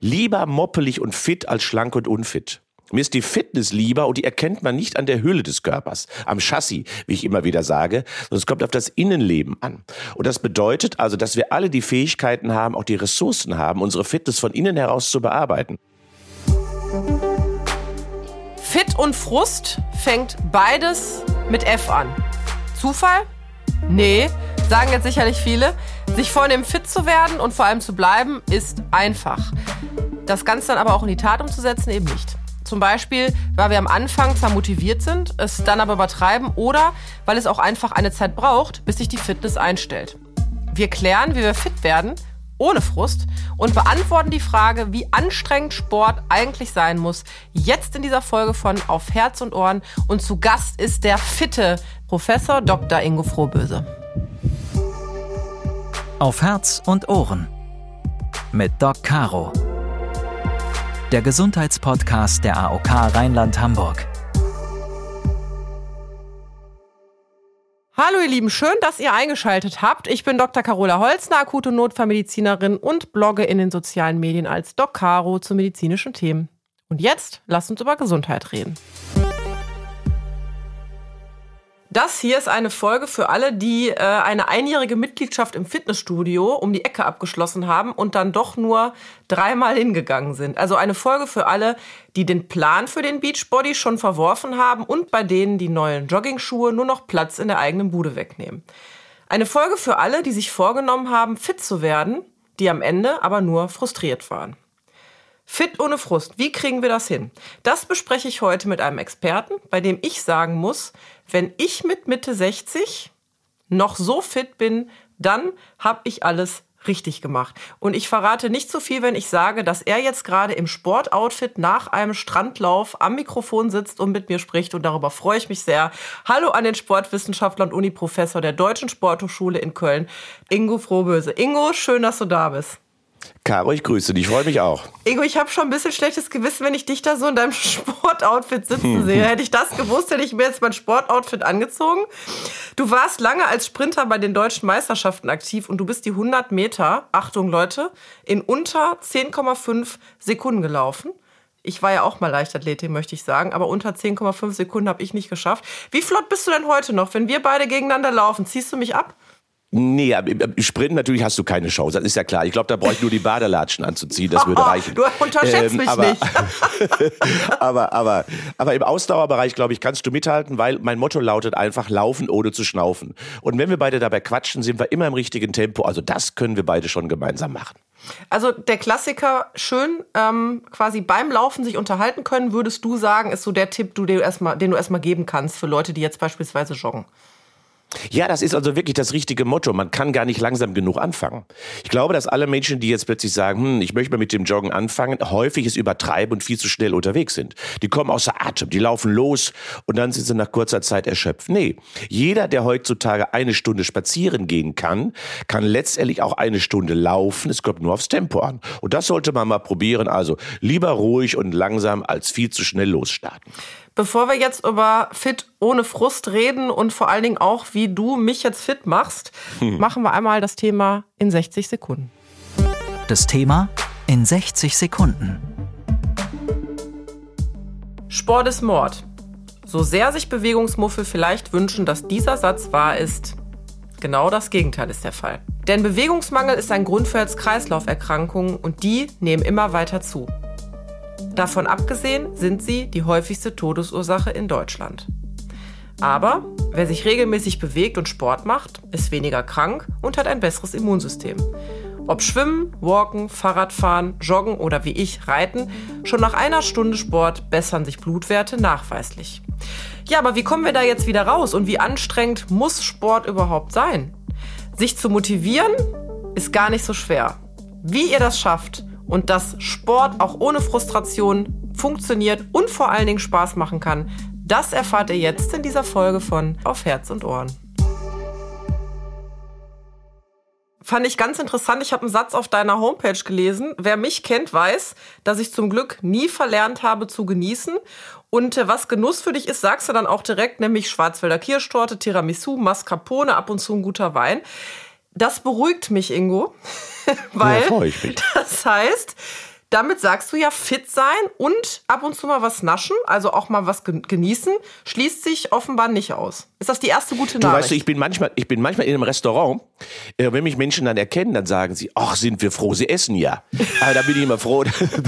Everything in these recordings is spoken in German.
Lieber moppelig und fit als schlank und unfit. Mir ist die Fitness lieber und die erkennt man nicht an der Hülle des Körpers, am Chassis, wie ich immer wieder sage, sondern es kommt auf das Innenleben an. Und das bedeutet also, dass wir alle die Fähigkeiten haben, auch die Ressourcen haben, unsere Fitness von innen heraus zu bearbeiten. Fit und Frust fängt beides mit F an. Zufall? Nee, sagen jetzt sicherlich viele. Sich vornehmen, fit zu werden und vor allem zu bleiben, ist einfach. Das Ganze dann aber auch in die Tat umzusetzen, eben nicht. Zum Beispiel, weil wir am Anfang zwar motiviert sind, es dann aber übertreiben oder weil es auch einfach eine Zeit braucht, bis sich die Fitness einstellt. Wir klären, wie wir fit werden, ohne Frust und beantworten die Frage, wie anstrengend Sport eigentlich sein muss. Jetzt in dieser Folge von Auf Herz und Ohren und zu Gast ist der fitte Professor Dr. Ingo Frohböse. Auf Herz und Ohren mit Doc Caro. Der Gesundheitspodcast der AOK Rheinland-Hamburg. Hallo ihr Lieben, schön, dass ihr eingeschaltet habt. Ich bin Dr. Carola Holzner, akute Notfallmedizinerin und blogge in den sozialen Medien als Doc Caro zu medizinischen Themen. Und jetzt lasst uns über Gesundheit reden. Das hier ist eine Folge für alle, die eine einjährige Mitgliedschaft im Fitnessstudio um die Ecke abgeschlossen haben und dann doch nur 3-mal hingegangen sind. Also eine Folge für alle, die den Plan für den Beachbody schon verworfen haben und bei denen die neuen Joggingschuhe nur noch Platz in der eigenen Bude wegnehmen. Eine Folge für alle, die sich vorgenommen haben, fit zu werden, die am Ende aber nur frustriert waren. Fit ohne Frust, wie kriegen wir das hin? Das bespreche ich heute mit einem Experten, bei dem ich sagen muss, wenn ich mit Mitte 60 noch so fit bin, dann habe ich alles richtig gemacht. Und ich verrate nicht zu viel, wenn ich sage, dass er jetzt gerade im Sportoutfit nach einem Strandlauf am Mikrofon sitzt und mit mir spricht. Und darüber freue ich mich sehr. Hallo an den Sportwissenschaftler und Uniprofessor der Deutschen Sporthochschule in Köln, Ingo Frohböse. Ingo, schön, dass du da bist. Caro, ich grüße dich, ich freue mich auch. Ingo, ich habe schon ein bisschen schlechtes Gewissen, wenn ich dich da so in deinem Sportoutfit sitzen sehe. Hätte ich das gewusst, hätte ich mir jetzt mein Sportoutfit angezogen. Du warst lange als Sprinter bei den deutschen Meisterschaften aktiv und du bist die 100 Meter, Achtung Leute, in unter 10,5 Sekunden gelaufen. Ich war ja auch mal Leichtathletin, möchte ich sagen, aber unter 10,5 Sekunden habe ich nicht geschafft. Wie flott bist du denn heute noch? Wenn wir beide gegeneinander laufen, ziehst du mich ab? Nee, im Sprint natürlich hast du keine Chance, das ist ja klar. Ich glaube, da brauche ich nur die Badelatschen anzuziehen, das würde reichen. Du unterschätzt mich nicht. aber im Ausdauerbereich, glaube ich, kannst du mithalten, weil mein Motto lautet einfach, laufen ohne zu schnaufen. Und wenn wir beide dabei quatschen, sind wir immer im richtigen Tempo. Also das können wir beide schon gemeinsam machen. Also der Klassiker, schön quasi beim Laufen sich unterhalten können, würdest du sagen, ist so der Tipp, den du erstmal geben kannst für Leute, die jetzt beispielsweise joggen. Ja, das ist also wirklich das richtige Motto. Man kann gar nicht langsam genug anfangen. Ich glaube, dass alle Menschen, die jetzt plötzlich sagen, ich möchte mal mit dem Joggen anfangen, häufig es übertreiben und viel zu schnell unterwegs sind. Die kommen außer Atem, die laufen los und dann sind sie nach kurzer Zeit erschöpft. Nee, jeder, der heutzutage 1 Stunde spazieren gehen kann letztendlich auch 1 Stunde laufen. Es kommt nur aufs Tempo an. Und das sollte man mal probieren. Also lieber ruhig und langsam als viel zu schnell losstarten. Bevor wir jetzt über fit ohne Frust reden und vor allen Dingen auch, wie du mich jetzt fit machst, machen wir einmal das Thema in 60 Sekunden. Das Thema in 60 Sekunden. Sport ist Mord. So sehr sich Bewegungsmuffel vielleicht wünschen, dass dieser Satz wahr ist, genau das Gegenteil ist der Fall. Denn Bewegungsmangel ist ein Grund für Herz-Kreislauf-Erkrankungen und die nehmen immer weiter zu. Davon abgesehen sind sie die häufigste Todesursache in Deutschland. Aber wer sich regelmäßig bewegt und Sport macht, ist weniger krank und hat ein besseres Immunsystem. Ob Schwimmen, Walken, Fahrradfahren, Joggen oder wie ich Reiten, schon nach 1 Stunde Sport bessern sich Blutwerte nachweislich. Ja, aber wie kommen wir da jetzt wieder raus und wie anstrengend muss Sport überhaupt sein? Sich zu motivieren ist gar nicht so schwer. Wie ihr das schafft und dass Sport auch ohne Frustration funktioniert und vor allen Dingen Spaß machen kann, das erfahrt ihr jetzt in dieser Folge von Auf Herz und Ohren. Fand ich ganz interessant. Ich habe einen Satz auf deiner Homepage gelesen. Wer mich kennt, weiß, dass ich zum Glück nie verlernt habe zu genießen. Und was Genuss für dich ist, sagst du dann auch direkt, nämlich Schwarzwälder Kirschtorte, Tiramisu, Mascarpone, ab und zu ein guter Wein. Das beruhigt mich, Ingo, weil ja, freu ich mich. Das heißt, Damit sagst du ja, fit sein und ab und zu mal was naschen, also auch mal was genießen, schließt sich offenbar nicht aus. Ist das die erste gute Nachricht? Du weißt, ich bin manchmal in einem Restaurant, wenn mich Menschen dann erkennen, dann sagen sie, ach, sind wir froh, sie essen ja. Aber da bin ich immer froh.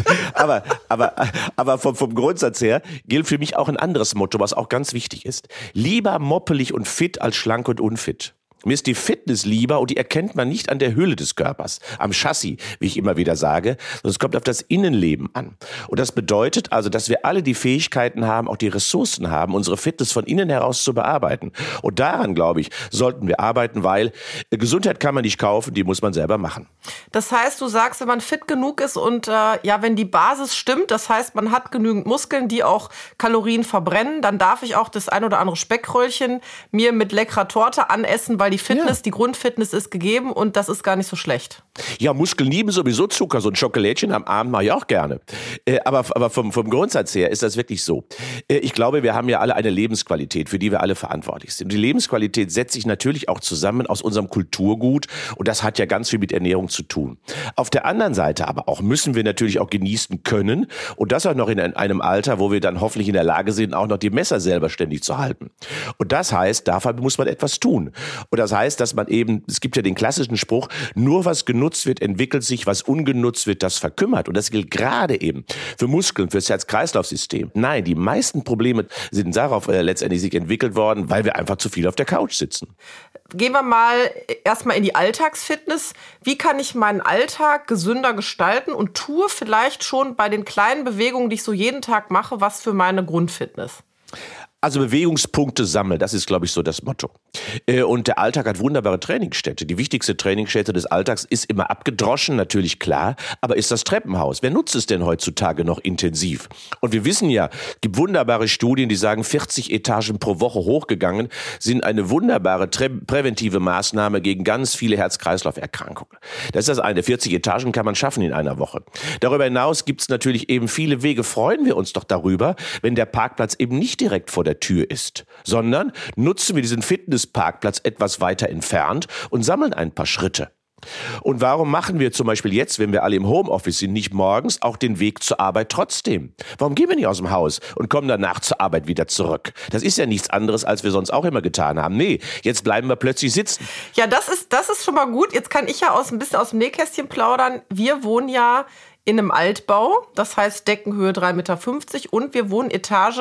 aber vom Grundsatz her gilt für mich auch ein anderes Motto, was auch ganz wichtig ist. Lieber moppelig und fit als schlank und unfit. Mir ist die Fitness lieber und die erkennt man nicht an der Hülle des Körpers, am Chassis, wie ich immer wieder sage, sondern es kommt auf das Innenleben an. Und das bedeutet also, dass wir alle die Fähigkeiten haben, auch die Ressourcen haben, unsere Fitness von innen heraus zu bearbeiten. Und daran, glaube ich, sollten wir arbeiten, weil Gesundheit kann man nicht kaufen, die muss man selber machen. Das heißt, du sagst, wenn man fit genug ist und wenn die Basis stimmt, das heißt, man hat genügend Muskeln, die auch Kalorien verbrennen, dann darf ich auch das ein oder andere Speckröllchen mir mit leckerer Torte anessen, weil die Fitness, die Grundfitness ist gegeben und das ist gar nicht so schlecht. Ja, Muskeln lieben sowieso Zucker, so ein Schokolädchen am Abend mache ich auch gerne. Aber vom Grundsatz her ist das wirklich so. Ich glaube, wir haben ja alle eine Lebensqualität, für die wir alle verantwortlich sind. Die Lebensqualität setzt sich natürlich auch zusammen aus unserem Kulturgut und das hat ja ganz viel mit Ernährung zu tun. Auf der anderen Seite aber auch müssen wir natürlich auch genießen können und das auch noch in einem Alter, wo wir dann hoffentlich in der Lage sind, auch noch die Messer selber ständig zu halten. Und das heißt, dafür muss man etwas tun. Und das heißt, dass man eben, es gibt ja den klassischen Spruch, nur was genutzt wird, entwickelt sich, was ungenutzt wird, das verkümmert. Und das gilt gerade eben für Muskeln, fürs Herz-Kreislauf-System. Nein, die meisten Probleme sind darauf letztendlich sich entwickelt worden, weil wir einfach zu viel auf der Couch sitzen. Gehen wir mal erstmal in die Alltagsfitness. Wie kann ich meinen Alltag gesünder gestalten und tue vielleicht schon bei den kleinen Bewegungen, die ich so jeden Tag mache, was für meine Grundfitness? Also Bewegungspunkte sammeln, das ist, glaube ich, so das Motto. Und der Alltag hat wunderbare Trainingsstätte. Die wichtigste Trainingsstätte des Alltags ist immer abgedroschen, natürlich klar, aber ist das Treppenhaus. Wer nutzt es denn heutzutage noch intensiv? Und wir wissen ja, es gibt wunderbare Studien, die sagen, 40 Etagen pro Woche hochgegangen sind eine wunderbare präventive Maßnahme gegen ganz viele Herz-Kreislauf-Erkrankungen. Das ist das eine. 40 Etagen kann man schaffen in einer Woche. Darüber hinaus gibt es natürlich eben viele Wege. Freuen wir uns doch darüber, wenn der Parkplatz eben nicht direkt vor der Tür ist, sondern nutzen wir diesen Fitnessparkplatz etwas weiter entfernt und sammeln ein paar Schritte. Und warum machen wir zum Beispiel jetzt, wenn wir alle im Homeoffice sind, nicht morgens auch den Weg zur Arbeit trotzdem? Warum gehen wir nicht aus dem Haus und kommen danach zur Arbeit wieder zurück? Das ist ja nichts anderes, als wir sonst auch immer getan haben. Nee, jetzt bleiben wir plötzlich sitzen. Ja, das ist schon mal gut. Jetzt kann ich ja ein bisschen aus dem Nähkästchen plaudern. Wir wohnen ja in einem Altbau, das heißt Deckenhöhe 3,50 Meter und wir wohnen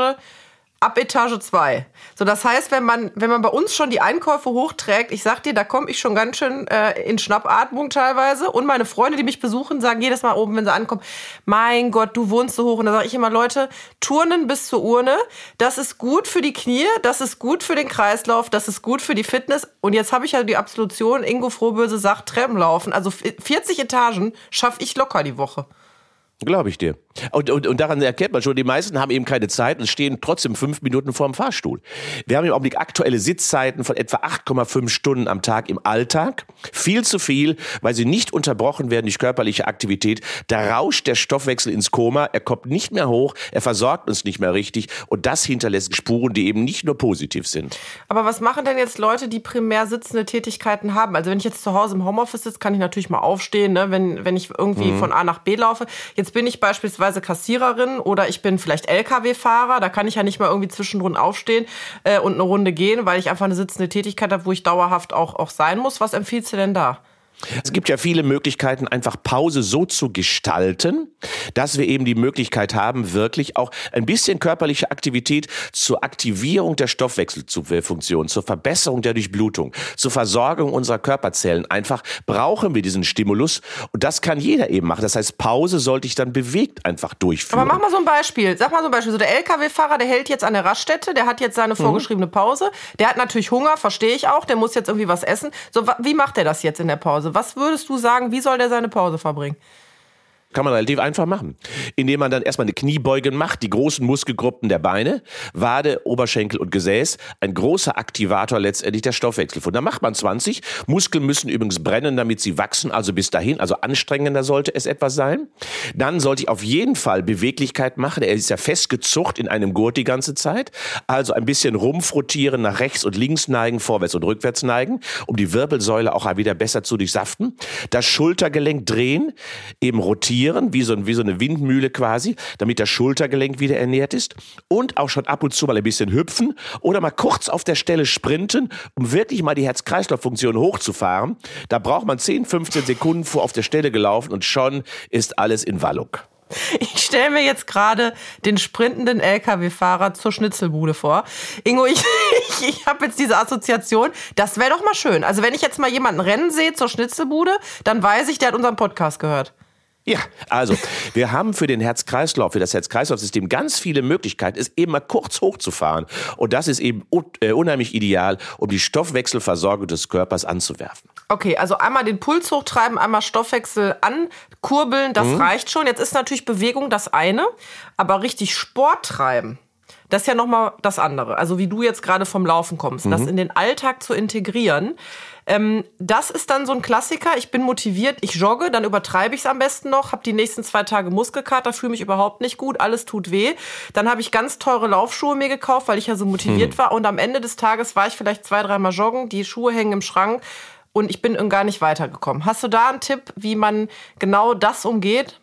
ab Etage 2. So, das heißt, wenn man bei uns schon die Einkäufe hochträgt, ich sag dir, da komme ich schon ganz schön in Schnappatmung teilweise. Und meine Freunde, die mich besuchen, sagen jedes Mal oben, wenn sie ankommen, mein Gott, du wohnst so hoch. Und da sage ich immer, Leute, Turnen bis zur Urne, das ist gut für die Knie, das ist gut für den Kreislauf, das ist gut für die Fitness. Und jetzt habe ich ja die Absolution, Ingo Frohböse sagt, Treppenlaufen. Also 40 Etagen schaffe ich locker die Woche. Glaube ich dir. Und daran erkennt man schon, die meisten haben eben keine Zeit und stehen trotzdem 5 Minuten vorm Fahrstuhl. Wir haben im Augenblick aktuelle Sitzzeiten von etwa 8,5 Stunden am Tag im Alltag. Viel zu viel, weil sie nicht unterbrochen werden durch körperliche Aktivität. Da rauscht der Stoffwechsel ins Koma, er kommt nicht mehr hoch, er versorgt uns nicht mehr richtig und das hinterlässt Spuren, die eben nicht nur positiv sind. Aber was machen denn jetzt Leute, die primär sitzende Tätigkeiten haben? Also wenn ich jetzt zu Hause im Homeoffice sitze, kann ich natürlich mal aufstehen, ne? wenn ich irgendwie von A nach B laufe. Jetzt bin ich beispielsweise Kassiererin oder ich bin vielleicht LKW-Fahrer, da kann ich ja nicht mal irgendwie zwischendrin aufstehen und eine Runde gehen, weil ich einfach eine sitzende Tätigkeit habe, wo ich dauerhaft auch sein muss. Was empfiehlst du denn da? Es gibt ja viele Möglichkeiten, einfach Pause so zu gestalten, dass wir eben die Möglichkeit haben, wirklich auch ein bisschen körperliche Aktivität zur Aktivierung der Stoffwechselfunktion, zur Verbesserung der Durchblutung, zur Versorgung unserer Körperzellen. Einfach brauchen wir diesen Stimulus und das kann jeder eben machen. Das heißt, Pause sollte ich dann bewegt einfach durchführen. Aber mach mal so ein Beispiel. Sag mal so ein Beispiel. So der LKW-Fahrer, der hält jetzt an der Raststätte, der hat jetzt seine vorgeschriebene Pause. Der hat natürlich Hunger, verstehe ich auch. Der muss jetzt irgendwie was essen. So, wie macht er das jetzt in der Pause? Was würdest du sagen, wie soll der seine Pause verbringen? Kann man relativ einfach machen, indem man dann erstmal eine Kniebeugen macht, die großen Muskelgruppen der Beine, Wade, Oberschenkel und Gesäß, ein großer Aktivator letztendlich der Stoffwechselfunktion. Da macht man 20. Muskeln müssen übrigens brennen, damit sie wachsen, also bis dahin, also anstrengender sollte es etwas sein. Dann sollte ich auf jeden Fall Beweglichkeit machen, er ist ja festgezucht in einem Gurt die ganze Zeit, also ein bisschen rumfrotieren, nach rechts und links neigen, vorwärts und rückwärts neigen, um die Wirbelsäule auch wieder besser zu durchsaften. Das Schultergelenk drehen, eben rotieren, rotieren, wie so eine Windmühle quasi, damit das Schultergelenk wieder ernährt ist. Und auch schon ab und zu mal ein bisschen hüpfen oder mal kurz auf der Stelle sprinten, um wirklich mal die Herz-Kreislauf-Funktion hochzufahren. Da braucht man 10, 15 Sekunden vor auf der Stelle gelaufen und schon ist alles in Wallung. Ich stelle mir jetzt gerade den sprintenden LKW-Fahrer zur Schnitzelbude vor. Ingo, ich habe jetzt diese Assoziation. Das wäre doch mal schön. Also wenn ich jetzt mal jemanden rennen sehe zur Schnitzelbude, dann weiß ich, der hat unseren Podcast gehört. Ja, also wir haben für das Herz-Kreislauf-System ganz viele Möglichkeiten, es eben mal kurz hochzufahren. Und das ist eben unheimlich ideal, um die Stoffwechselversorgung des Körpers anzuwerfen. Okay, also einmal den Puls hochtreiben, einmal Stoffwechsel ankurbeln, das reicht schon. Jetzt ist natürlich Bewegung das eine, aber richtig Sport treiben, das ist ja nochmal das andere. Also wie du jetzt gerade vom Laufen kommst, das in den Alltag zu integrieren. Das ist dann so ein Klassiker. Ich bin motiviert, ich jogge, dann übertreibe ich es am besten noch, habe die nächsten 2 Tage Muskelkater, fühle mich überhaupt nicht gut, alles tut weh. Dann habe ich ganz teure Laufschuhe mir gekauft, weil ich ja so motiviert war. Und am Ende des Tages war ich vielleicht 2-3 Mal joggen, die Schuhe hängen im Schrank und ich bin gar nicht weitergekommen. Hast du da einen Tipp, wie man genau das umgeht?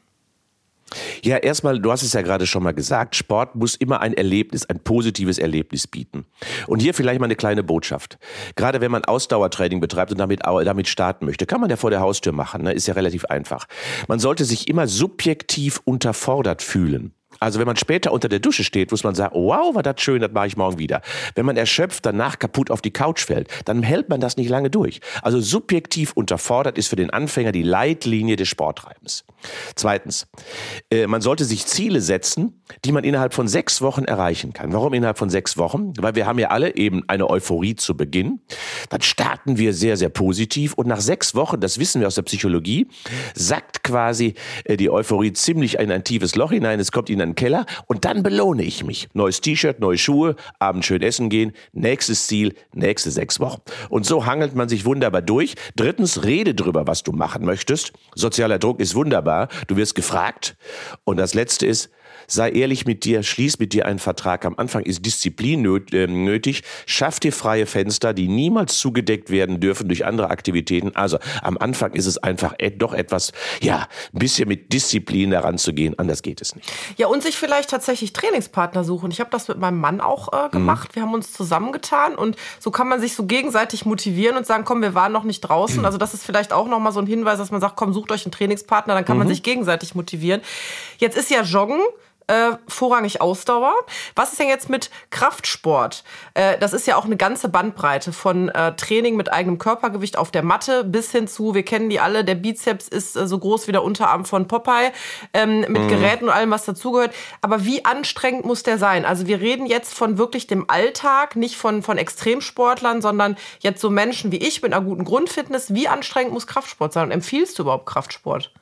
Ja, erstmal, du hast es ja gerade schon mal gesagt, Sport muss immer ein positives Erlebnis bieten. Und hier vielleicht mal eine kleine Botschaft. Gerade wenn man Ausdauertraining betreibt und damit starten möchte, kann man ja vor der Haustür machen, ne? Ist ja relativ einfach. Man sollte sich immer subjektiv unterfordert fühlen. Also wenn man später unter der Dusche steht, muss man sagen, oh, wow, war das schön, das mache ich morgen wieder. Wenn man erschöpft danach kaputt auf die Couch fällt, dann hält man das nicht lange durch. Also subjektiv unterfordert ist für den Anfänger die Leitlinie des Sporttreibens. Zweitens, man sollte sich Ziele setzen, die man innerhalb von 6 Wochen erreichen kann. Warum innerhalb von 6 Wochen? Weil wir haben ja alle eben eine Euphorie zu Beginn. Dann starten wir sehr, sehr positiv und nach 6 Wochen, das wissen wir aus der Psychologie, sackt quasi die Euphorie ziemlich in ein tiefes Loch hinein. Es kommt in einen Keller und dann belohne ich mich. Neues T-Shirt, neue Schuhe, abends schön essen gehen, nächstes Ziel, nächste 6 Wochen. Und so hangelt man sich wunderbar durch. Drittens, rede drüber, was du machen möchtest. Sozialer Druck ist wunderbar. Du wirst gefragt. Und das Letzte ist, sei ehrlich mit dir, schließ mit dir einen Vertrag. Am Anfang ist Disziplin nötig. Schaff dir freie Fenster, die niemals zugedeckt werden dürfen durch andere Aktivitäten. Also am Anfang ist es einfach doch etwas, ein bisschen mit Disziplin daran zu gehen. Anders geht es nicht. Ja, und sich vielleicht tatsächlich Trainingspartner suchen. Ich habe das mit meinem Mann auch gemacht. Wir haben uns zusammengetan und so kann man sich so gegenseitig motivieren und sagen, komm, wir waren noch nicht draußen. Also das ist vielleicht auch nochmal so ein Hinweis, dass man sagt, komm, sucht euch einen Trainingspartner, dann kann man sich gegenseitig motivieren. Jetzt ist ja Joggen vorrangig Ausdauer. Was ist denn jetzt mit Kraftsport? Das ist ja auch eine ganze Bandbreite von Training mit eigenem Körpergewicht auf der Matte bis hin zu, wir kennen die alle, der Bizeps ist so groß wie der Unterarm von Popeye, mit Geräten und allem, was dazugehört. Aber wie anstrengend muss der sein? Also wir reden jetzt von wirklich dem Alltag, nicht von Extremsportlern, sondern jetzt so Menschen wie ich mit einer guten Grundfitness. Wie anstrengend muss Kraftsport sein? Und empfiehlst du überhaupt Kraftsport?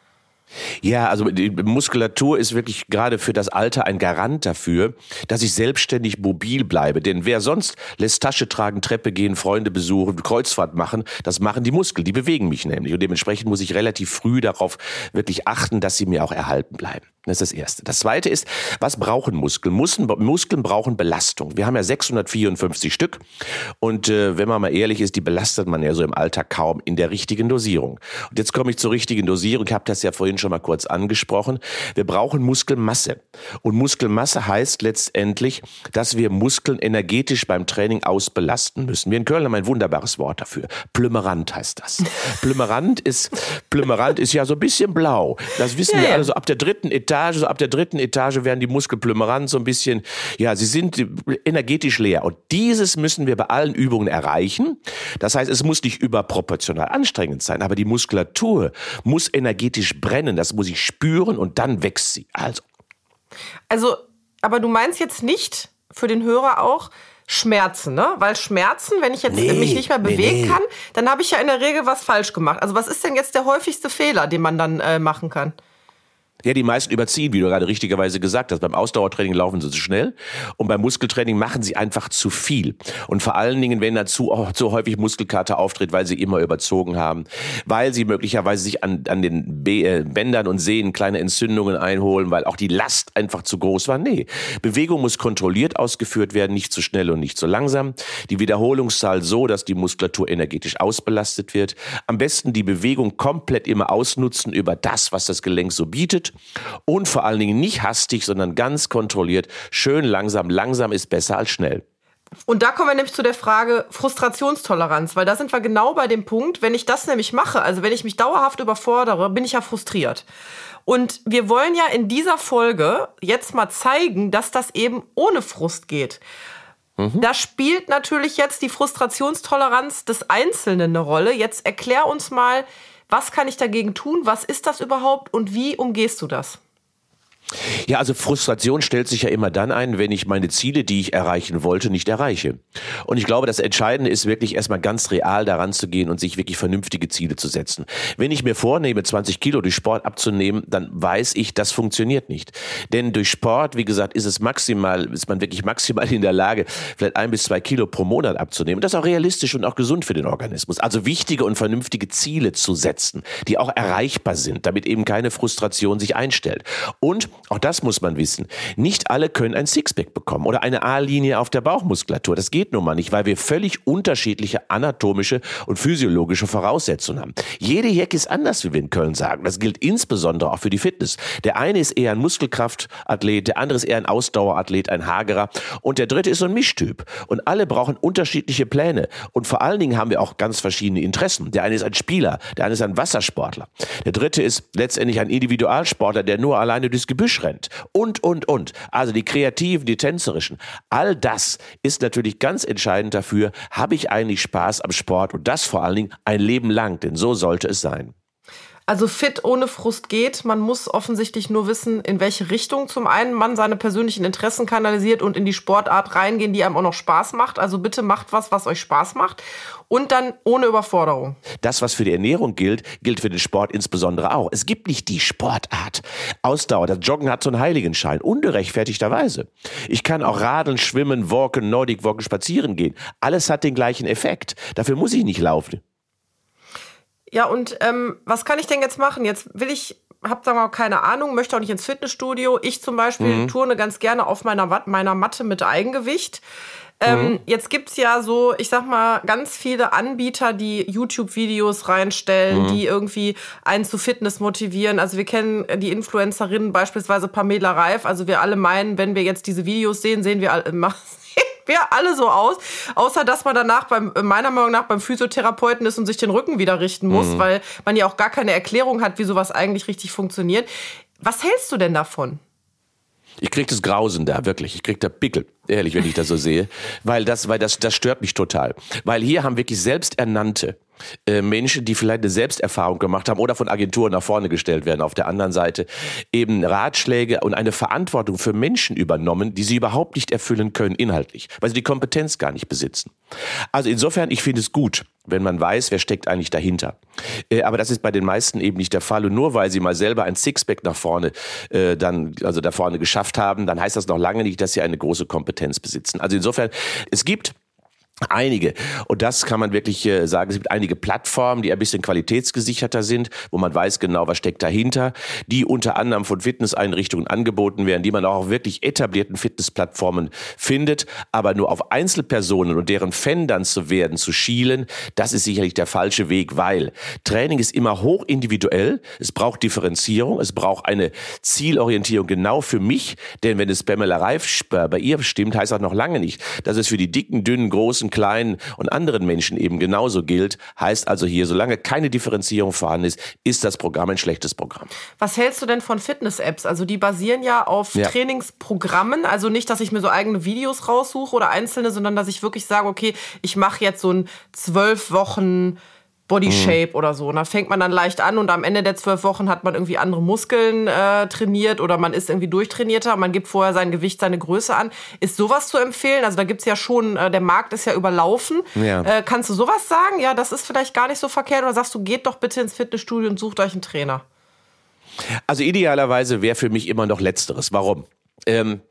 Ja, also die Muskulatur ist wirklich gerade für das Alter ein Garant dafür, dass ich selbstständig mobil bleibe. Denn wer sonst lässt Tasche tragen, Treppe gehen, Freunde besuchen, Kreuzfahrt machen, das machen die Muskeln, die bewegen mich nämlich. Und dementsprechend muss ich relativ früh darauf wirklich achten, dass sie mir auch erhalten bleiben. Das ist das Erste. Das Zweite ist, was brauchen Muskeln? Muskeln brauchen Belastung. Wir haben ja 654 Stück und wenn man mal ehrlich ist, die belastet man ja so im Alltag kaum in der richtigen Dosierung. Und jetzt komme ich zur richtigen Dosierung. Ich habe das ja vorhin schon mal kurz angesprochen. Wir brauchen Muskelmasse. Und Muskelmasse heißt letztendlich, dass wir Muskeln energetisch beim Training ausbelasten müssen. Wir in Köln haben ein wunderbares Wort dafür. Plümerant heißt das. Plümerant ist ja so ein bisschen blau. Das wissen wir alle so ab der 3. Etage. So ab der 3. Etage werden die Muskelplümerant so ein bisschen, sie sind energetisch leer. Und dieses müssen wir bei allen Übungen erreichen. Das heißt, es muss nicht überproportional anstrengend sein, aber die Muskulatur muss energetisch brennen. Das muss ich spüren und dann wächst sie. Also, aber du meinst jetzt nicht für den Hörer auch Schmerzen, ne? Weil Schmerzen, wenn ich jetzt mich nicht mehr bewegen kann, dann habe ich ja in der Regel was falsch gemacht. Also was ist denn jetzt der häufigste Fehler, den man dann machen kann? Ja, die meisten überziehen, wie du gerade richtigerweise gesagt hast. Beim Ausdauertraining laufen sie zu schnell und beim Muskeltraining machen sie einfach zu viel. Und vor allen Dingen, wenn da zu häufig Muskelkater auftritt, weil sie immer überzogen haben, weil sie möglicherweise sich an den Bändern und Sehnen kleine Entzündungen einholen, weil auch die Last einfach zu groß war. Nee, Bewegung muss kontrolliert ausgeführt werden, nicht zu schnell und nicht zu langsam. Die Wiederholungszahl so, dass die Muskulatur energetisch ausbelastet wird. Am besten die Bewegung komplett immer ausnutzen über das, was das Gelenk so bietet. gesund und vor allen Dingen nicht hastig, sondern ganz kontrolliert, schön langsam. Langsam ist besser als schnell. Und da kommen wir nämlich zu der Frage Frustrationstoleranz, weil da sind wir genau bei dem Punkt, wenn ich das nämlich mache, also wenn ich mich dauerhaft überfordere, bin ich ja frustriert. Und wir wollen ja in dieser Folge jetzt mal zeigen, dass das eben ohne Frust geht. Da spielt natürlich jetzt die Frustrationstoleranz des Einzelnen eine Rolle. Jetzt erklär uns mal, was kann ich dagegen tun, was ist das überhaupt und wie umgehst du das? Ja, also Frustration stellt sich ja immer dann ein, wenn ich meine Ziele, die ich erreichen wollte, nicht erreiche. Und ich glaube, das Entscheidende ist wirklich erstmal ganz real daran zu gehen und sich wirklich vernünftige Ziele zu setzen. Wenn ich mir vornehme, 20 Kilo durch Sport abzunehmen, dann weiß ich, das funktioniert nicht. Denn durch Sport, wie gesagt, ist man wirklich maximal in der Lage, vielleicht 1 bis 2 Kilo pro Monat abzunehmen. Das ist auch realistisch und auch gesund für den Organismus. Also wichtige und vernünftige Ziele zu setzen, die auch erreichbar sind, damit eben keine Frustration sich einstellt. Und auch das muss man wissen. Nicht alle können ein Sixpack bekommen oder eine A-Linie auf der Bauchmuskulatur. Das geht nun mal nicht, weil wir völlig unterschiedliche anatomische und physiologische Voraussetzungen haben. Jede Jack ist anders, wie wir in Köln sagen. Das gilt insbesondere auch für die Fitness. Der eine ist eher ein Muskelkraftathlet, der andere ist eher ein Ausdauerathlet, ein Hagerer und der dritte ist so ein Mischtyp. Und alle brauchen unterschiedliche Pläne. Und vor allen Dingen haben wir auch ganz verschiedene Interessen. Der eine ist ein Spieler, der eine ist ein Wassersportler. Der dritte ist letztendlich ein Individualsportler, der nur alleine durchs Gebüsch rennt und. Also die Kreativen, die Tänzerischen. All das ist natürlich ganz entscheidend dafür, habe ich eigentlich Spaß am Sport und das vor allen Dingen ein Leben lang, denn so sollte es sein. Also fit ohne Frust geht. Man muss offensichtlich nur wissen, in welche Richtung zum einen man seine persönlichen Interessen kanalisiert und in die Sportart reingehen, die einem auch noch Spaß macht. Also bitte macht was euch Spaß macht. Und dann ohne Überforderung. Das, was für die Ernährung gilt, gilt für den Sport insbesondere auch. Es gibt nicht die Sportart. Ausdauer, das Joggen hat so einen Heiligenschein, ungerechtfertigterweise. Ich kann auch radeln, schwimmen, walken, Nordic walken, spazieren gehen. Alles hat den gleichen Effekt. Dafür muss ich nicht laufen. Ja, und was kann ich denn jetzt machen? Jetzt hab sagen wir mal keine Ahnung, möchte auch nicht ins Fitnessstudio. Ich zum Beispiel turne ganz gerne auf meiner Matte mit Eigengewicht. Jetzt gibt's ja so, ich sag mal, ganz viele Anbieter, die YouTube-Videos reinstellen, die irgendwie einen zu Fitness motivieren. Also wir kennen die Influencerinnen, beispielsweise Pamela Reif. Also wir alle meinen, wenn wir jetzt diese Videos sehen, sehen wir alle so aus, außer dass man danach meiner Meinung nach beim Physiotherapeuten ist und sich den Rücken wieder richten muss, weil man ja auch gar keine Erklärung hat, wie sowas eigentlich richtig funktioniert. Was hältst du denn davon? Ich krieg das Grausen da, wirklich. Ich krieg da Pickel, ehrlich, wenn ich das so sehe. Weil das stört mich total. Weil hier haben wirklich selbsternannte Menschen, die vielleicht eine Selbsterfahrung gemacht haben oder von Agenturen nach vorne gestellt werden, auf der anderen Seite eben Ratschläge und eine Verantwortung für Menschen übernommen, die sie überhaupt nicht erfüllen können inhaltlich, weil sie die Kompetenz gar nicht besitzen. Also insofern, ich finde es gut, wenn man weiß, wer steckt eigentlich dahinter. Aber das ist bei den meisten eben nicht der Fall. Und nur weil sie mal selber ein Sixpack nach vorne da vorne geschafft haben, dann heißt das noch lange nicht, dass sie eine große Kompetenz besitzen. Also insofern, es gibt einige. Und das kann man wirklich sagen. Es gibt einige Plattformen, die ein bisschen qualitätsgesicherter sind, wo man weiß genau, was steckt dahinter, die unter anderem von Fitnesseinrichtungen angeboten werden, die man auch auf wirklich etablierten Fitnessplattformen findet. Aber nur auf Einzelpersonen und deren Fan dann zu werden, zu schielen, das ist sicherlich der falsche Weg, weil Training ist immer hoch individuell. Es braucht Differenzierung, es braucht eine Zielorientierung genau für mich. Denn wenn es Pamela Reif bei ihr stimmt, heißt das noch lange nicht, dass es für die dicken, dünnen, großen, kleinen und anderen Menschen eben genauso gilt. Heißt also hier, solange keine Differenzierung vorhanden ist das Programm ein schlechtes Programm. Was hältst du denn von Fitness-Apps? Also die basieren ja auf Trainingsprogrammen. Also nicht, dass ich mir so eigene Videos raussuche oder einzelne, sondern dass ich wirklich sage, okay, ich mache jetzt so ein 12 Wochen Body Shape oder so. Und da fängt man dann leicht an und am Ende der 12 Wochen hat man irgendwie andere Muskeln trainiert oder man ist irgendwie durchtrainierter. Man gibt vorher sein Gewicht, seine Größe an. Ist sowas zu empfehlen? Also da gibt's ja schon, der Markt ist ja überlaufen. Ja. Kannst du sowas sagen? Ja, das ist vielleicht gar nicht so verkehrt. Oder sagst du, geht doch bitte ins Fitnessstudio und sucht euch einen Trainer? Also idealerweise wäre für mich immer noch Letzteres. Warum?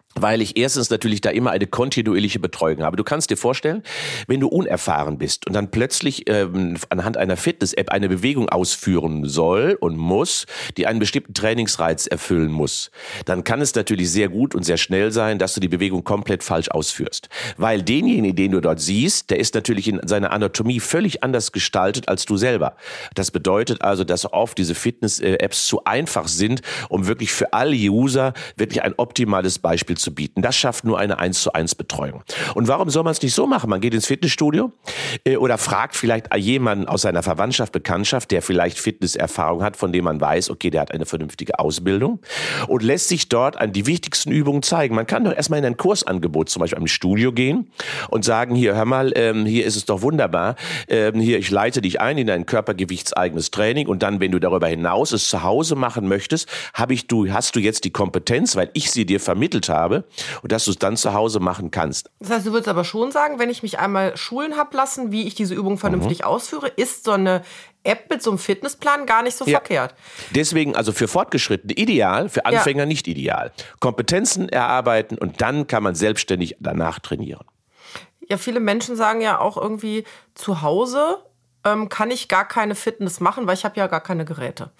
weil ich erstens natürlich da immer eine kontinuierliche Betreuung habe. Du kannst dir vorstellen, wenn du unerfahren bist und dann plötzlich anhand einer Fitness-App eine Bewegung ausführen soll und muss, die einen bestimmten Trainingsreiz erfüllen muss, dann kann es natürlich sehr gut und sehr schnell sein, dass du die Bewegung komplett falsch ausführst. Weil denjenigen, den du dort siehst, der ist natürlich in seiner Anatomie völlig anders gestaltet als du selber. Das bedeutet also, dass oft diese Fitness-Apps zu einfach sind, um wirklich für alle User wirklich ein optimales Beispiel zu bieten. Das schafft nur eine 1:1 Betreuung. Und warum soll man es nicht so machen? Man geht ins Fitnessstudio oder fragt vielleicht jemanden aus seiner Verwandtschaft, Bekanntschaft, der vielleicht Fitnesserfahrung hat, von dem man weiß, okay, der hat eine vernünftige Ausbildung und lässt sich dort an die wichtigsten Übungen zeigen. Man kann doch erstmal in ein Kursangebot, zum Beispiel am Studio gehen und sagen, hier, hör mal, hier ist es doch wunderbar, hier, ich leite dich ein in ein körpergewichtseigenes Training und dann, wenn du darüber hinaus es zu Hause machen möchtest, hast du jetzt die Kompetenz, weil ich sie dir vermittelt habe, und dass du es dann zu Hause machen kannst. Das heißt, du würdest aber schon sagen, wenn ich mich einmal schulen habe lassen, wie ich diese Übung vernünftig ausführe, ist so eine App mit so einem Fitnessplan gar nicht so verkehrt. Deswegen also für Fortgeschrittene ideal, für Anfänger nicht ideal. Kompetenzen erarbeiten und dann kann man selbstständig danach trainieren. Ja, viele Menschen sagen ja auch irgendwie, zu Hause kann ich gar keine Fitness machen, weil ich habe ja gar keine Geräte.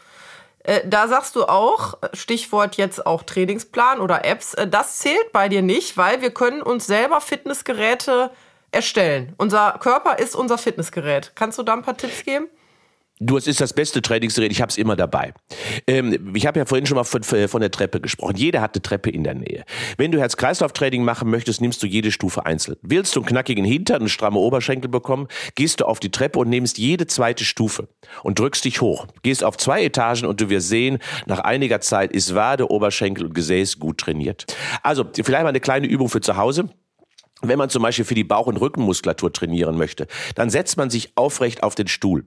Da sagst du auch, Stichwort jetzt auch Trainingsplan oder Apps, das zählt bei dir nicht, weil wir können uns selber Fitnessgeräte erstellen. Unser Körper ist unser Fitnessgerät. Kannst du da ein paar Tipps geben? Es ist das beste Trainingsgerät, ich habe es immer dabei. Ich habe ja vorhin schon mal von der Treppe gesprochen. Jeder hat eine Treppe in der Nähe. Wenn du Herz-Kreislauf-Training machen möchtest, nimmst du jede Stufe einzeln. Willst du einen knackigen Hintern und stramme Oberschenkel bekommen, gehst du auf die Treppe und nimmst jede zweite Stufe und drückst dich hoch. Gehst auf 2 Etagen und du wirst sehen, nach einiger Zeit ist Wade, Oberschenkel und Gesäß gut trainiert. Also vielleicht mal eine kleine Übung für zu Hause. Wenn man zum Beispiel für die Bauch- und Rückenmuskulatur trainieren möchte, dann setzt man sich aufrecht auf den Stuhl.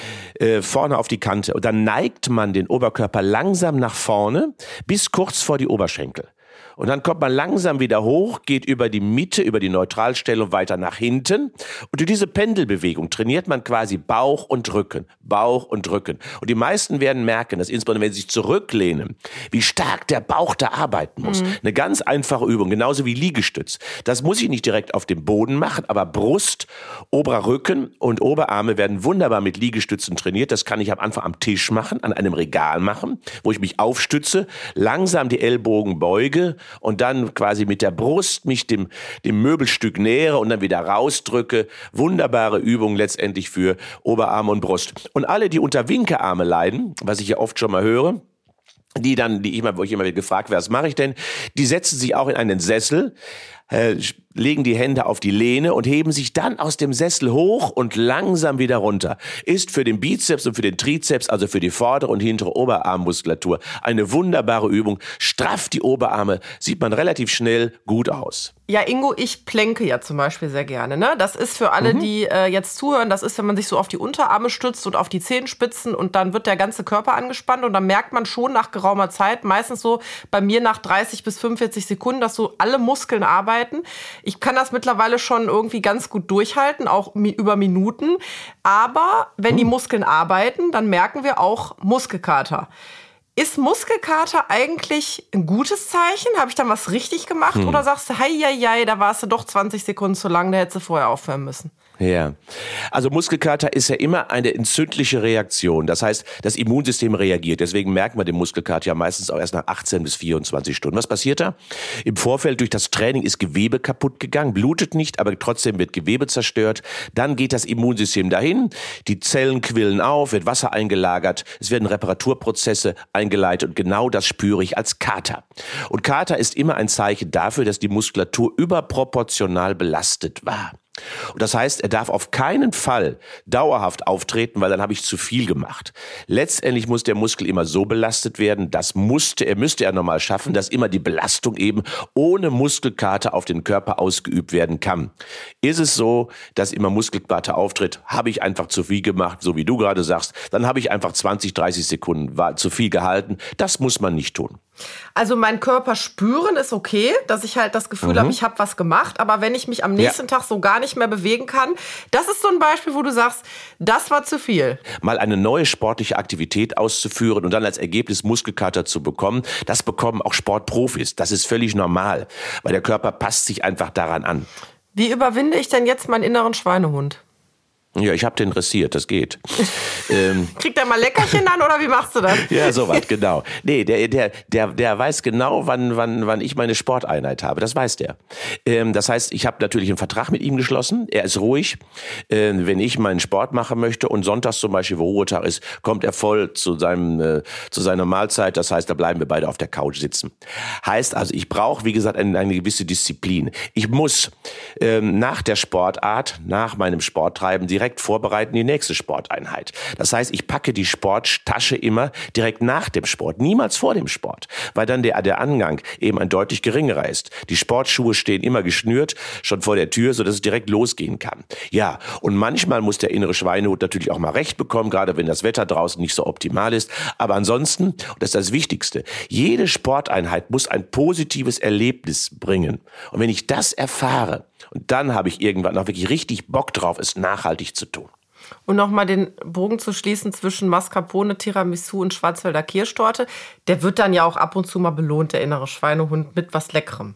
Vorne auf die Kante und dann neigt man den Oberkörper langsam nach vorne bis kurz vor die Oberschenkel. Und dann kommt man langsam wieder hoch, geht über die Mitte, über die Neutralstellung weiter nach hinten. Und durch diese Pendelbewegung trainiert man quasi Bauch und Rücken, Bauch und Rücken. Und die meisten werden merken, dass insbesondere wenn sie sich zurücklehnen, wie stark der Bauch da arbeiten muss. Eine ganz einfache Übung, genauso wie Liegestütz. Das muss ich nicht direkt auf dem Boden machen, aber Brust, oberer Rücken und Oberarme werden wunderbar mit Liegestützen trainiert. Das kann ich am Anfang am Tisch machen, an einem Regal machen, wo ich mich aufstütze, langsam die Ellbogen beuge, und dann quasi mit der Brust mich dem Möbelstück nähere und dann wieder rausdrücke. Wunderbare Übung letztendlich für Oberarm und Brust. Und alle, die unter Winkearme leiden, was ich ja oft schon mal höre, wo ich immer gefragt werde, was mache ich denn? Die setzen sich auch in einen Sessel, legen die Hände auf die Lehne und heben sich dann aus dem Sessel hoch und langsam wieder runter. Ist für den Bizeps und für den Trizeps, also für die vordere und hintere Oberarmmuskulatur, eine wunderbare Übung. Strafft die Oberarme, sieht man relativ schnell gut aus. Ja, Ingo, ich plänke ja zum Beispiel sehr gerne. Ne? Das ist für alle, die jetzt zuhören, das ist, wenn man sich so auf die Unterarme stützt und auf die Zehenspitzen und dann wird der ganze Körper angespannt und dann merkt man schon nach geraumer Zeit, meistens so bei mir nach 30 bis 45 Sekunden, dass so alle Muskeln arbeiten. Ich kann das mittlerweile schon irgendwie ganz gut durchhalten, auch über Minuten. Aber wenn die Muskeln arbeiten, dann merken wir auch Muskelkater. Ist Muskelkater eigentlich ein gutes Zeichen? Habe ich dann was richtig gemacht? Oder sagst du, hei, da warst du doch 20 Sekunden zu lang, da hättest du vorher aufhören müssen? Ja, also Muskelkater ist ja immer eine entzündliche Reaktion. Das heißt, das Immunsystem reagiert. Deswegen merkt man den Muskelkater ja meistens auch erst nach 18 bis 24 Stunden. Was passiert da? Im Vorfeld durch das Training ist Gewebe kaputt gegangen, blutet nicht, aber trotzdem wird Gewebe zerstört. Dann geht das Immunsystem dahin, die Zellen quillen auf, wird Wasser eingelagert, es werden Reparaturprozesse eingeleitet und genau das spüre ich als Kater. Und Kater ist immer ein Zeichen dafür, dass die Muskulatur überproportional belastet war. Und das heißt, er darf auf keinen Fall dauerhaft auftreten, weil dann habe ich zu viel gemacht. Letztendlich muss der Muskel immer so belastet werden, müsste er normal schaffen, dass immer die Belastung eben ohne Muskelkater auf den Körper ausgeübt werden kann. Ist es so, dass immer Muskelkater auftritt, habe ich einfach zu viel gemacht, so wie du gerade sagst, dann habe ich einfach 20, 30 Sekunden zu viel gehalten. Das muss man nicht tun. Also mein Körper spüren ist okay, dass ich halt das Gefühl habe, ich habe was gemacht, aber wenn ich mich am nächsten Tag so gar nicht nicht mehr bewegen kann. Das ist so ein Beispiel, wo du sagst, das war zu viel. Mal eine neue sportliche Aktivität auszuführen und dann als Ergebnis Muskelkater zu bekommen, das bekommen auch Sportprofis. Das ist völlig normal, weil der Körper passt sich einfach daran an. Wie überwinde ich denn jetzt meinen inneren Schweinehund? Ja, ich habe den dressiert, das geht. Kriegt er mal Leckerchen dann oder wie machst du das? Ja, sowas, genau. Nee, der weiß genau, wann ich meine Sporteinheit habe. Das weiß der. Das heißt, ich habe natürlich einen Vertrag mit ihm geschlossen. Er ist ruhig. Wenn ich meinen Sport machen möchte und sonntags zum Beispiel, wo Ruhetag ist, kommt er voll zu seiner Mahlzeit. Das heißt, da bleiben wir beide auf der Couch sitzen. Heißt also, ich brauche, wie gesagt, eine gewisse Disziplin. Ich muss nach der Sportart, nach meinem Sporttreiben direkt vorbereiten die nächste Sporteinheit. Das heißt, ich packe die Sporttasche immer direkt nach dem Sport, niemals vor dem Sport, weil dann der Angang eben ein deutlich geringerer ist. Die Sportschuhe stehen immer geschnürt, schon vor der Tür, sodass es direkt losgehen kann. Ja, und manchmal muss der innere Schweinehund natürlich auch mal recht bekommen, gerade wenn das Wetter draußen nicht so optimal ist. Aber ansonsten, und das ist das Wichtigste, jede Sporteinheit muss ein positives Erlebnis bringen. Und wenn ich das erfahre, und dann habe ich irgendwann auch wirklich richtig Bock drauf, es nachhaltig zu tun. Und nochmal den Bogen zu schließen zwischen Mascarpone, Tiramisu und Schwarzwälder Kirschtorte. Der wird dann ja auch ab und zu mal belohnt, der innere Schweinehund, mit was Leckerem.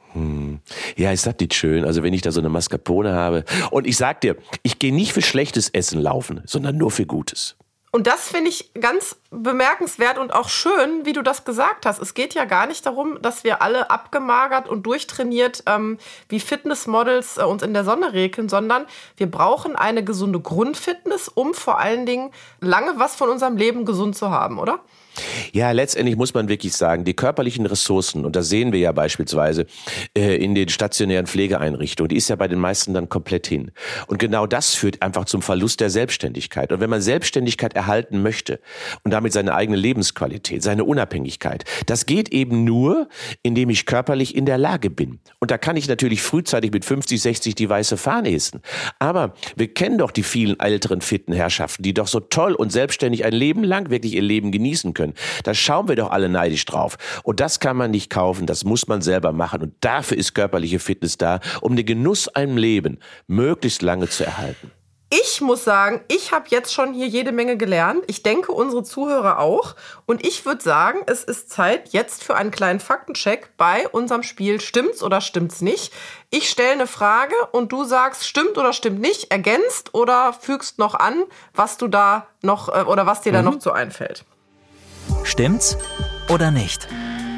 Ja, ist das nicht schön? Also wenn ich da so eine Mascarpone habe. Und ich sag dir, ich gehe nicht für schlechtes Essen laufen, sondern nur für Gutes. Und das finde ich ganz bemerkenswert und auch schön, wie du das gesagt hast. Es geht ja gar nicht darum, dass wir alle abgemagert und durchtrainiert wie Fitnessmodels uns in der Sonne rekeln, sondern wir brauchen eine gesunde Grundfitness, um vor allen Dingen lange was von unserem Leben gesund zu haben, oder? Ja, letztendlich muss man wirklich sagen, die körperlichen Ressourcen, und das sehen wir ja beispielsweise in den stationären Pflegeeinrichtungen, die ist ja bei den meisten dann komplett hin. Und genau das führt einfach zum Verlust der Selbstständigkeit. Und wenn man Selbstständigkeit erhalten möchte und damit seine eigene Lebensqualität, seine Unabhängigkeit, das geht eben nur, indem ich körperlich in der Lage bin. Und da kann ich natürlich frühzeitig mit 50, 60 die weiße Fahne hissen. Aber wir kennen doch die vielen älteren, fitten Herrschaften, die doch so toll und selbstständig ein Leben lang wirklich ihr Leben genießen können. Da schauen wir doch alle neidisch drauf. Und das kann man nicht kaufen, das muss man selber machen. Und dafür ist körperliche Fitness da, um den Genuss einem Leben möglichst lange zu erhalten. Ich muss sagen, ich habe jetzt schon hier jede Menge gelernt. Ich denke, unsere Zuhörer auch. Und ich würde sagen, es ist Zeit jetzt für einen kleinen Faktencheck bei unserem Spiel Stimmt's oder stimmt's nicht? Ich stelle eine Frage und du sagst, stimmt oder stimmt nicht, ergänzt oder fügst noch an, was du da noch oder was dir da noch so einfällt. Stimmt's oder nicht?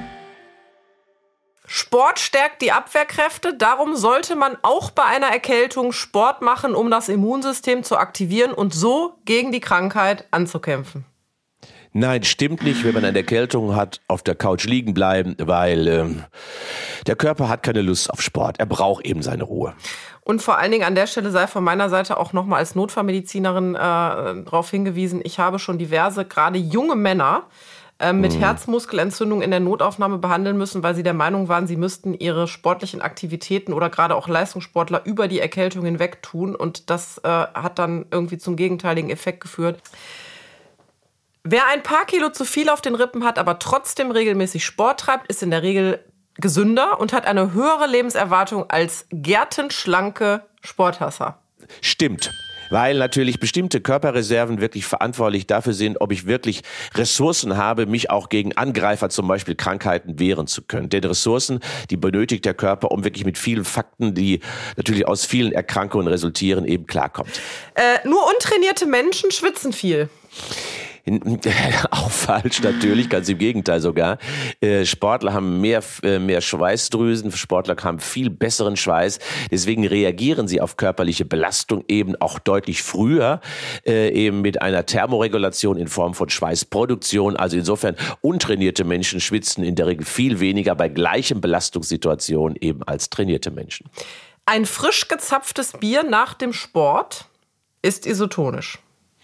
Sport stärkt die Abwehrkräfte, darum sollte man auch bei einer Erkältung Sport machen, um das Immunsystem zu aktivieren und so gegen die Krankheit anzukämpfen. Nein, stimmt nicht, wenn man eine Erkältung hat, auf der Couch liegen bleiben, weil der Körper hat keine Lust auf Sport. Er braucht eben seine Ruhe. Und vor allen Dingen an der Stelle sei von meiner Seite auch nochmal als Notfallmedizinerin darauf hingewiesen, ich habe schon diverse, gerade junge Männer, mit Herzmuskelentzündung in der Notaufnahme behandeln müssen, weil sie der Meinung waren, sie müssten ihre sportlichen Aktivitäten oder gerade auch Leistungssportler über die Erkältung hinweg tun. Und das hat dann irgendwie zum gegenteiligen Effekt geführt. Wer ein paar Kilo zu viel auf den Rippen hat, aber trotzdem regelmäßig Sport treibt, ist in der Regel gesünder und hat eine höhere Lebenserwartung als gärtenschlanke Sporthasser. Stimmt. Weil natürlich bestimmte Körperreserven wirklich verantwortlich dafür sind, ob ich wirklich Ressourcen habe, mich auch gegen Angreifer, zum Beispiel Krankheiten, wehren zu können. Denn Ressourcen, die benötigt der Körper, um wirklich mit vielen Fakten, die natürlich aus vielen Erkrankungen resultieren, eben klarkommt. Nur untrainierte Menschen schwitzen viel. Auch falsch natürlich, ganz im Gegenteil sogar. Sportler haben mehr Schweißdrüsen, Sportler haben viel besseren Schweiß, deswegen reagieren sie auf körperliche Belastung eben auch deutlich früher, eben mit einer Thermoregulation in Form von Schweißproduktion. Also insofern, untrainierte Menschen schwitzen in der Regel viel weniger bei gleichen Belastungssituationen eben als trainierte Menschen. Ein frisch gezapftes Bier nach dem Sport ist isotonisch.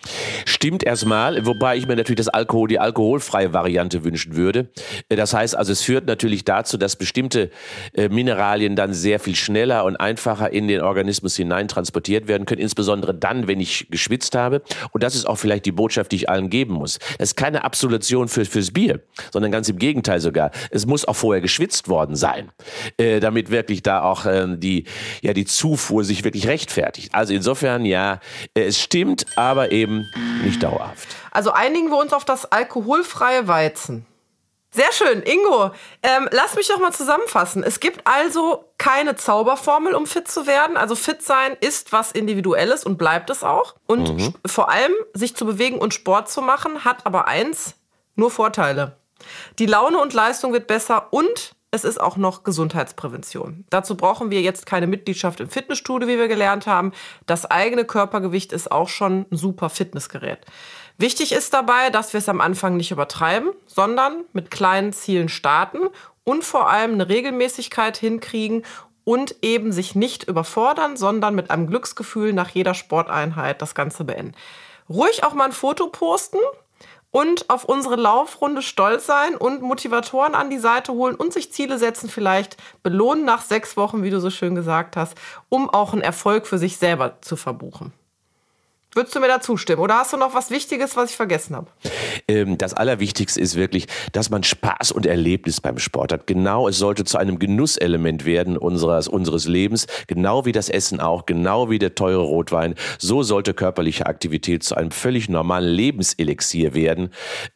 Stimmt erstmal, wobei ich mir natürlich die alkoholfreie Variante wünschen würde. Das heißt also, es führt natürlich dazu, dass bestimmte Mineralien dann sehr viel schneller und einfacher in den Organismus hinein transportiert werden können, insbesondere dann, wenn ich geschwitzt habe. Und das ist auch vielleicht die Botschaft, die ich allen geben muss. Das ist keine Absolution fürs Bier, sondern ganz im Gegenteil sogar. Es muss auch vorher geschwitzt worden sein, damit wirklich da auch die Zufuhr sich wirklich rechtfertigt. Also insofern, ja, es stimmt, aber eben nicht dauerhaft. Also einigen wir uns auf das alkoholfreie Weizen. Sehr schön, Ingo. Lass mich doch mal zusammenfassen. Es gibt also keine Zauberformel, um fit zu werden. Also fit sein ist was Individuelles und bleibt es auch. Und vor allem, sich zu bewegen und Sport zu machen, hat aber nur Vorteile. Die Laune und Leistung wird besser und es ist auch noch Gesundheitsprävention. Dazu brauchen wir jetzt keine Mitgliedschaft im Fitnessstudio, wie wir gelernt haben. Das eigene Körpergewicht ist auch schon ein super Fitnessgerät. Wichtig ist dabei, dass wir es am Anfang nicht übertreiben, sondern mit kleinen Zielen starten und vor allem eine Regelmäßigkeit hinkriegen und eben sich nicht überfordern, sondern mit einem Glücksgefühl nach jeder Sporteinheit das Ganze beenden. Ruhig auch mal ein Foto posten und auf unsere Laufrunde stolz sein und Motivatoren an die Seite holen und sich Ziele setzen, vielleicht belohnen nach 6 Wochen, wie du so schön gesagt hast, um auch einen Erfolg für sich selber zu verbuchen. Würdest du mir da zustimmen? Oder hast du noch was Wichtiges, was ich vergessen habe? Das Allerwichtigste ist wirklich, dass man Spaß und Erlebnis beim Sport hat. Genau, es sollte zu einem Genusselement werden unseres Lebens. Genau wie das Essen auch, genau wie der teure Rotwein. So sollte körperliche Aktivität zu einem völlig normalen Lebenselixier werden.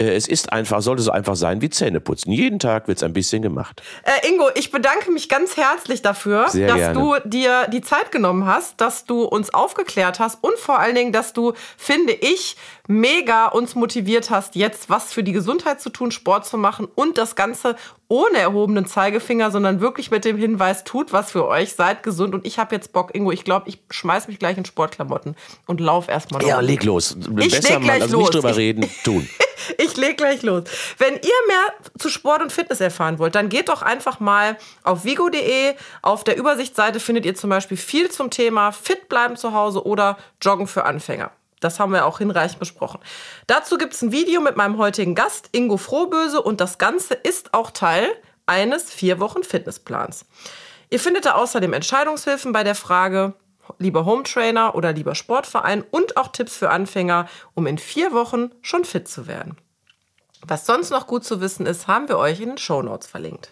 Sollte so einfach sein wie Zähneputzen. Jeden Tag wird es ein bisschen gemacht. Ingo, ich bedanke mich ganz herzlich dafür, dass du dir die Zeit genommen hast, dass du uns aufgeklärt hast und vor allen Dingen, dass du, finde ich, mega uns motiviert hast, jetzt was für die Gesundheit zu tun, Sport zu machen und das Ganze ohne erhobenen Zeigefinger, sondern wirklich mit dem Hinweis, tut was für euch, seid gesund. Und ich habe jetzt Bock, Ingo, ich glaube, ich schmeiß mich gleich in Sportklamotten und lauf erstmal noch. Ja, leg los. Besser mal, also nicht drüber reden, tun. Ich leg gleich los. Wenn ihr mehr zu Sport und Fitness erfahren wollt, dann geht doch einfach mal auf vigo.de. Auf der Übersichtsseite findet ihr zum Beispiel viel zum Thema Fit bleiben zu Hause oder Joggen für Anfänger. Das haben wir auch hinreichend besprochen. Dazu gibt es ein Video mit meinem heutigen Gast, Ingo Frohböse, und das Ganze ist auch Teil eines 4-Wochen-Fitnessplans. Ihr findet da außerdem Entscheidungshilfen bei der Frage, lieber Hometrainer oder lieber Sportverein und auch Tipps für Anfänger, um in 4 Wochen schon fit zu werden. Was sonst noch gut zu wissen ist, haben wir euch in den Shownotes verlinkt.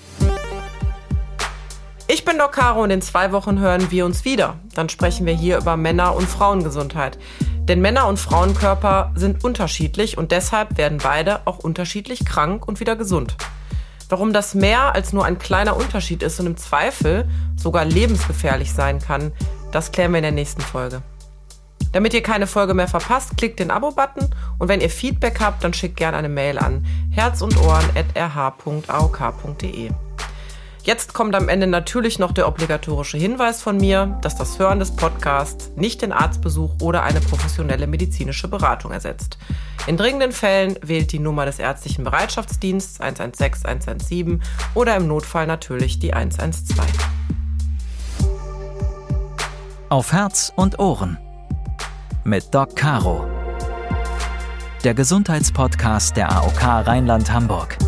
Ich bin Doc Caro und in 2 Wochen hören wir uns wieder. Dann sprechen wir hier über Männer- und Frauengesundheit. Denn Männer- und Frauenkörper sind unterschiedlich und deshalb werden beide auch unterschiedlich krank und wieder gesund. Warum das mehr als nur ein kleiner Unterschied ist und im Zweifel sogar lebensgefährlich sein kann, das klären wir in der nächsten Folge. Damit ihr keine Folge mehr verpasst, klickt den Abo-Button und wenn ihr Feedback habt, dann schickt gerne eine Mail an herzundohren@rh.aok.de. Jetzt kommt am Ende natürlich noch der obligatorische Hinweis von mir, dass das Hören des Podcasts nicht den Arztbesuch oder eine professionelle medizinische Beratung ersetzt. In dringenden Fällen wählt die Nummer des ärztlichen Bereitschaftsdienstes 116 117 oder im Notfall natürlich die 112. Auf Herz und Ohren mit Doc Caro. Der Gesundheitspodcast der AOK Rheinland-Hamburg.